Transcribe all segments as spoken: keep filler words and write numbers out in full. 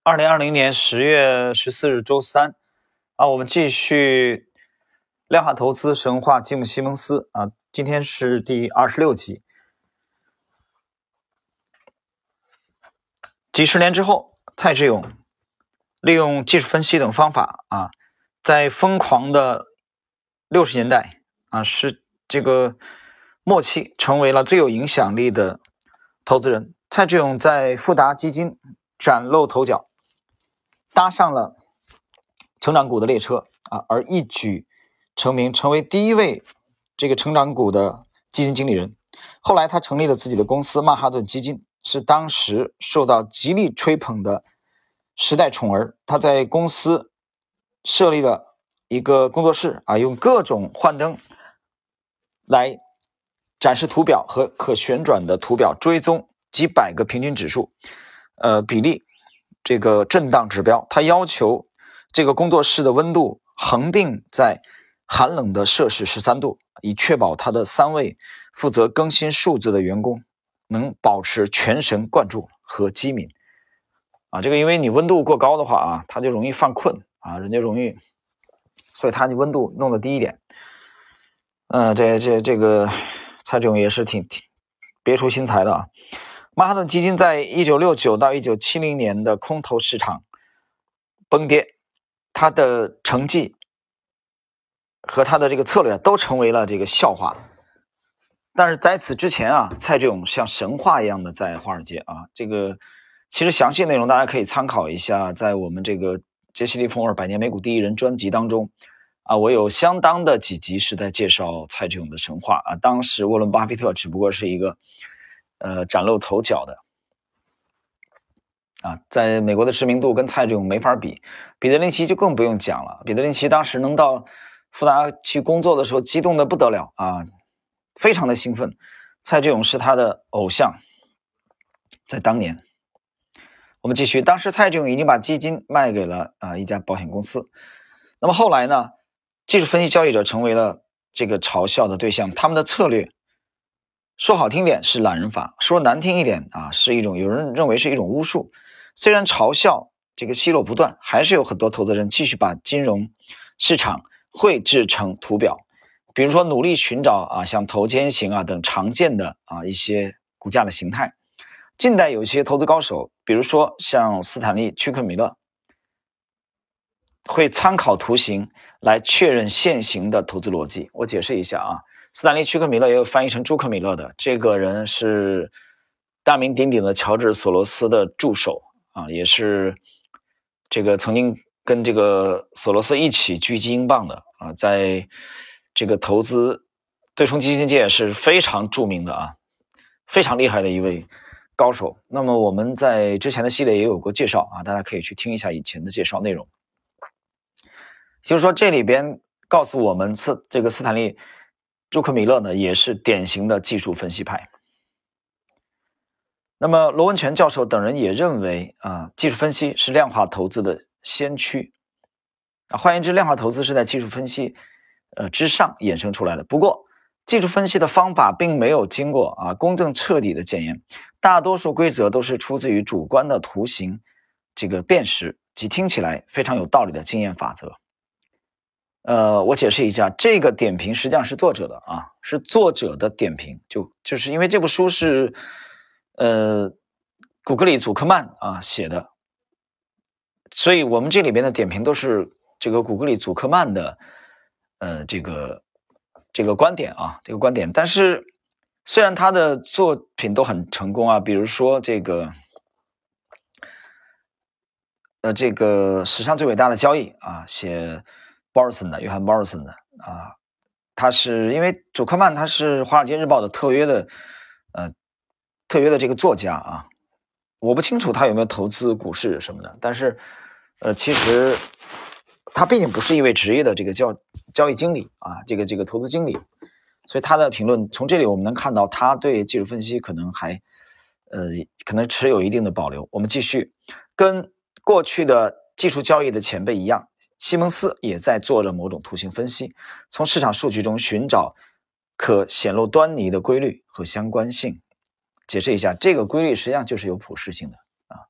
二零二零年十月十四日周三啊，我们继续量化投资神话吉姆·西蒙斯啊，今天是第二十六集。几十年之后，蔡志勇利用技术分析等方法啊，在疯狂的六十年代啊，是这个末期成为了最有影响力的投资人。蔡志勇在富达基金崭露头角，搭上了成长股的列车啊，而一举成名，成为第一位这个成长股的基金经理人。后来他成立了自己的公司曼哈顿基金，是当时受到极力吹捧的时代宠儿。他在公司设立了一个工作室啊，用各种幻灯来展示图表和可旋转的图表，追踪几百个平均指数呃比例这个震荡指标。他要求这个工作室的温度恒定在寒冷的摄氏十三度，以确保他的三位负责更新数字的员工能保持全神贯注和机敏啊。这个因为你温度过高的话啊，他就容易犯困啊，人家容易，所以他的温度弄得低一点。呃，这这这个蔡志勇也是挺挺别出心裁的啊。曼哈顿基金在一九六九到一九七零年的空头市场崩跌，它的成绩和他的这个策略都成为了这个笑话。但是在此之前啊，蔡志勇像神话一样的在华尔街啊，这个其实详细内容大家可以参考一下，在我们这个杰西·利弗莫尔百年美股第一人专辑当中啊，我有相当的几集是在介绍蔡志勇的神话啊。当时沃伦·巴菲特只不过是一个呃崭露头角的啊，在美国的知名度跟蔡志勇没法比，彼得林奇就更不用讲了。彼得林奇当时能到富达去工作的时候，激动的不得了啊，非常的兴奋。蔡志勇是他的偶像，在当年。我们继续，当时蔡志勇已经把基金卖给了啊一家保险公司。那么后来呢，技术分析交易者成为了这个嘲笑的对象，他们的策略说好听点是懒人法，说难听一点啊，是一种有人认为是一种巫术。虽然嘲笑这个奚落不断，还是有很多投资人继续把金融市场绘制成图表，比如说努力寻找啊像头肩型啊等常见的啊一些股价的形态。近代有些投资高手，比如说像斯坦利·屈克米勒，会参考图形来确认现行的投资逻辑。我解释一下啊，斯坦利·屈克米勒也有翻译成朱克米勒的，这个人是大名鼎鼎的乔治·索罗斯的助手啊，也是这个曾经跟这个索罗斯一起狙击英镑的啊，在这个投资对冲基金界是非常著名的啊，非常厉害的一位高手。那么我们在之前的系列也有过介绍啊，大家可以去听一下以前的介绍内容。就是说这里边告诉我们斯这个斯坦利·朱克米勒呢，也是典型的技术分析派。那么罗文全教授等人也认为啊，技术分析是量化投资的先驱啊，换言之，量化投资是在技术分析呃之上衍生出来的。不过技术分析的方法并没有经过啊公正彻底的检验，大多数规则都是出自于主观的图形这个辨识及听起来非常有道理的经验法则。呃，我解释一下，这个点评实际上是作者的啊，是作者的点评，就就是因为这部书是呃古格里祖克曼啊写的，所以我们这里边的点评都是这个古格里祖克曼的呃这个这个观点啊，这个观点。但是虽然他的作品都很成功啊，比如说这个呃这个史上最伟大的交易啊，写鲍尔森的约翰鲍尔森的啊，他是因为祖克曼他是华尔街日报的特约的呃特约的这个作家啊，我不清楚他有没有投资股市什么的，但是呃其实他毕竟不是一位职业的这个交交易经理啊，这个这个投资经理，所以他的评论从这里我们能看到他对技术分析可能还呃可能持有一定的保留。我们继续，跟过去的技术交易的前辈一样，西蒙斯也在做着某种图形分析，从市场数据中寻找可显露端倪的规律和相关性。解释一下，这个规律实际上就是有普适性的啊。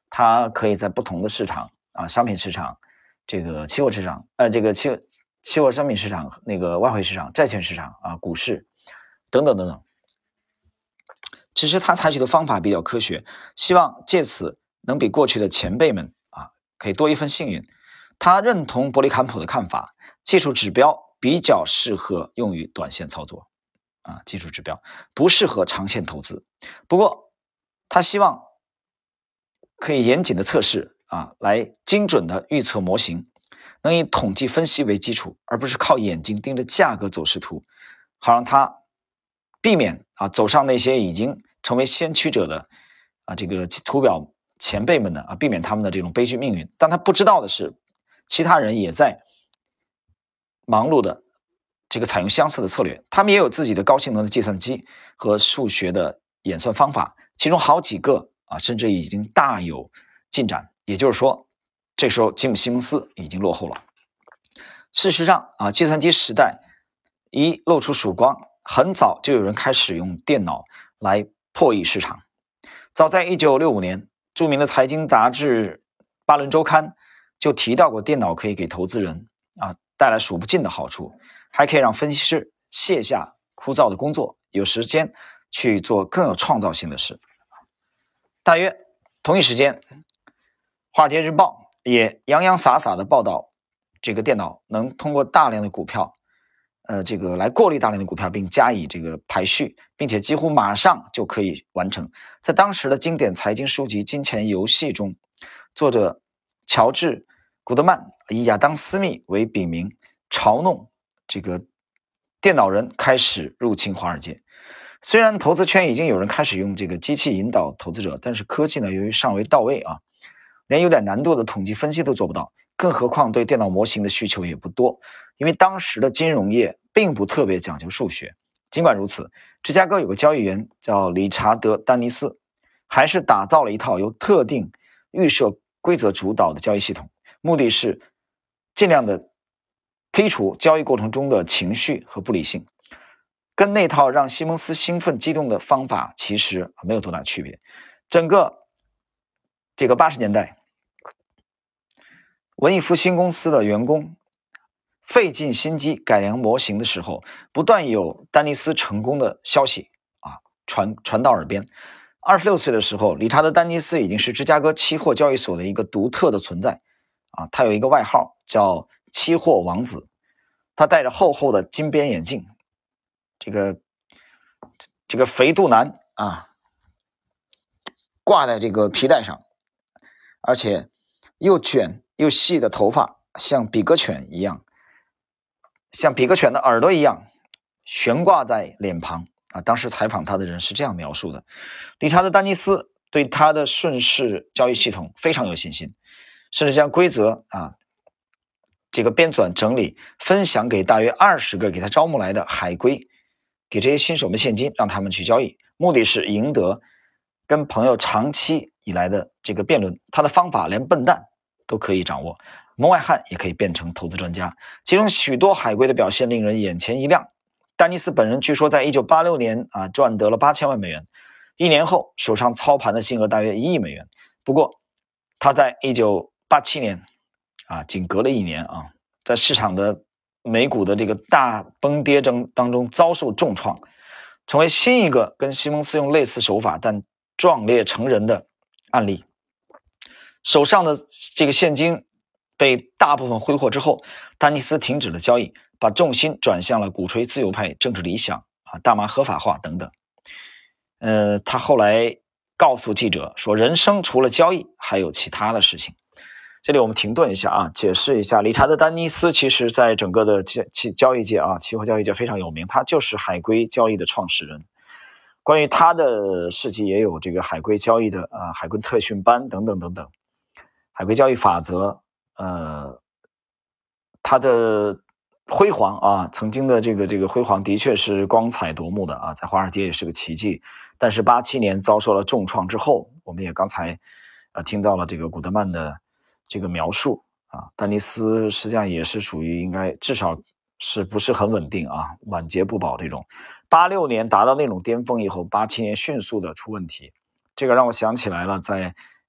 它可以在不同的市场啊，商品市场、这个期货市场、呃，这个期期货商品市场、那个外汇市场、债券市场啊、股市等等等等。其实他采取的方法比较科学，希望借此能比过去的前辈们啊可以多一份幸运。他认同伯利坎普的看法，技术指标比较适合用于短线操作啊，技术指标不适合长线投资。不过他希望可以严谨的测试啊，来精准的预测模型，能以统计分析为基础，而不是靠眼睛盯着价格走势图，好让他避免啊走上那些已经成为先驱者的啊这个图表前辈们的啊，避免他们的这种悲剧命运。但他不知道的是，其他人也在忙碌的这个采用相似的策略，他们也有自己的高性能的计算机和数学的演算方法，其中好几个啊甚至已经大有进展。也就是说，这时候吉姆·西蒙斯已经落后了。事实上啊，计算机时代一露出曙光，很早就有人开始用电脑来破译市场。早在一九六五年，著名的财经杂志《巴伦周刊》就提到过，电脑可以给投资人啊带来数不尽的好处，还可以让分析师卸下枯燥的工作，有时间去做更有创造性的事。大约同一时间，《华尔街日报》也洋洋洒洒的报道，这个电脑能通过大量的股票呃，这个来过滤大量的股票，并加以这个排序，并且几乎马上就可以完成。在当时的经典财经书籍《金钱游戏》中，作者乔治·古德曼以亚当·斯密为笔名，嘲弄这个电脑人开始入侵华尔街。虽然投资圈已经有人开始用这个机器引导投资者，但是科技呢，由于尚未到位啊，连有点难度的统计分析都做不到，更何况对电脑模型的需求也不多。因为当时的金融业并不特别讲究数学。尽管如此，芝加哥有个交易员叫理查德·丹尼斯，还是打造了一套由特定预设规则主导的交易系统，目的是尽量的剔除交易过程中的情绪和不理性，跟那套让西蒙斯兴奋激动的方法其实没有多大区别。整个这个八十年代，文艺复兴公司的员工费尽心机改良模型的时候，不断有丹尼斯成功的消息啊传传到耳边。二十六岁的时候，理查德·丹尼斯已经是芝加哥期货交易所的一个独特的存在啊，他有一个外号叫期货王子。他戴着厚厚的金边眼镜，这个这个肥肚腩啊挂在这个皮带上，而且又卷又细的头发像比格犬一样，像比格犬的耳朵一样悬挂在脸庞啊。当时采访他的人是这样描述的：理查德·丹尼斯对他的顺势交易系统非常有信心，甚至将规则啊这个编纂整理分享给大约二十个给他招募来的海归，给这些新手们现金，让他们去交易，目的是赢得跟朋友长期以来的这个辩论。他的方法连笨蛋都可以掌握，门外汉也可以变成投资专家，其中许多海归的表现令人眼前一亮。丹尼斯本人据说在一九八六年啊赚得了八千万美元，一年后手上操盘的金额大约一亿美元。不过他在一九八七年啊仅隔了一年啊，在市场的美股的这个大崩跌中当中遭受重创，成为新一个跟西蒙斯用类似手法但壮烈成人的案例。手上的这个现金被大部分挥霍之后，丹尼斯停止了交易，把重心转向了鼓吹自由派政治理想啊、大麻合法化等等。呃，他后来告诉记者说，人生除了交易还有其他的事情。这里我们停顿一下啊，解释一下，理查德·丹尼斯其实在整个的期交易界啊，期货交易界非常有名，他就是海归交易的创始人。关于他的事迹也有这个海归交易的啊、呃、海归特训班等等等等，海归交易法则，呃，他的辉煌啊，曾经的这个这个辉煌的确是光彩夺目的啊，在华尔街也是个奇迹。但是八七年遭受了重创之后，我们也刚才呃听到了这个古德曼的这个描述啊，丹尼斯实际上也是属于应该至少是不是很稳定啊，晚节不保这种。八六年达到那种巅峰以后，八七年迅速的出问题，这个让我想起来了，在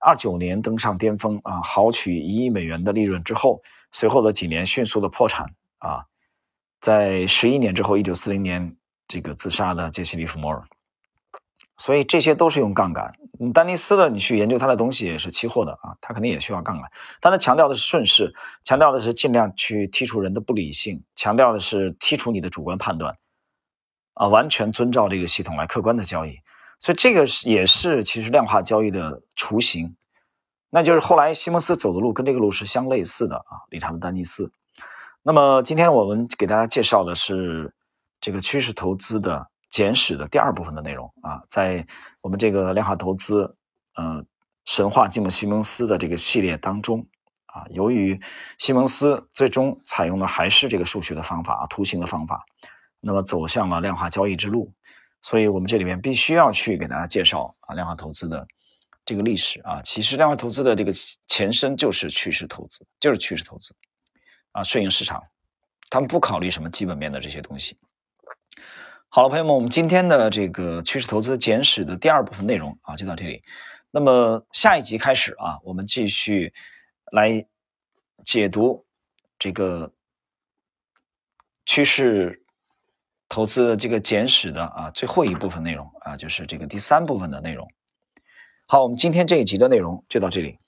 二九年登上巅峰啊，豪取一亿美元的利润之后，随后的几年迅速的破产啊，在十一年之后，一九四零年这个自杀的杰西·利弗摩尔。所以这些都是用杠杆。丹尼斯的你去研究他的东西也是期货的啊，他肯定也需要杠杆，但他强调的是顺势，强调的是尽量去剔除人的不理性，强调的是剔除你的主观判断啊，完全遵照这个系统来客观的交易。所以这个也是其实量化交易的雏形，那就是后来西蒙斯走的路跟这个路是相类似的啊，理查德·丹尼斯。那么今天我们给大家介绍的是这个趋势投资的简史的第二部分的内容啊，在我们这个量化投资呃神话吉姆·西蒙斯的这个系列当中啊，由于西蒙斯最终采用的还是这个数学的方法啊，图形的方法，那么走向了量化交易之路，所以我们这里面必须要去给大家介绍啊量化投资的这个历史啊，其实量化投资的这个前身就是趋势投资，就是趋势投资啊，顺应市场，他们不考虑什么基本面的这些东西。好了，朋友们，我们今天的这个趋势投资简史的第二部分内容啊，就到这里。那么下一集开始啊，我们继续来解读这个趋势投资的这个简史的啊最后一部分内容啊，就是这个第三部分的内容。好，我们今天这一集的内容就到这里。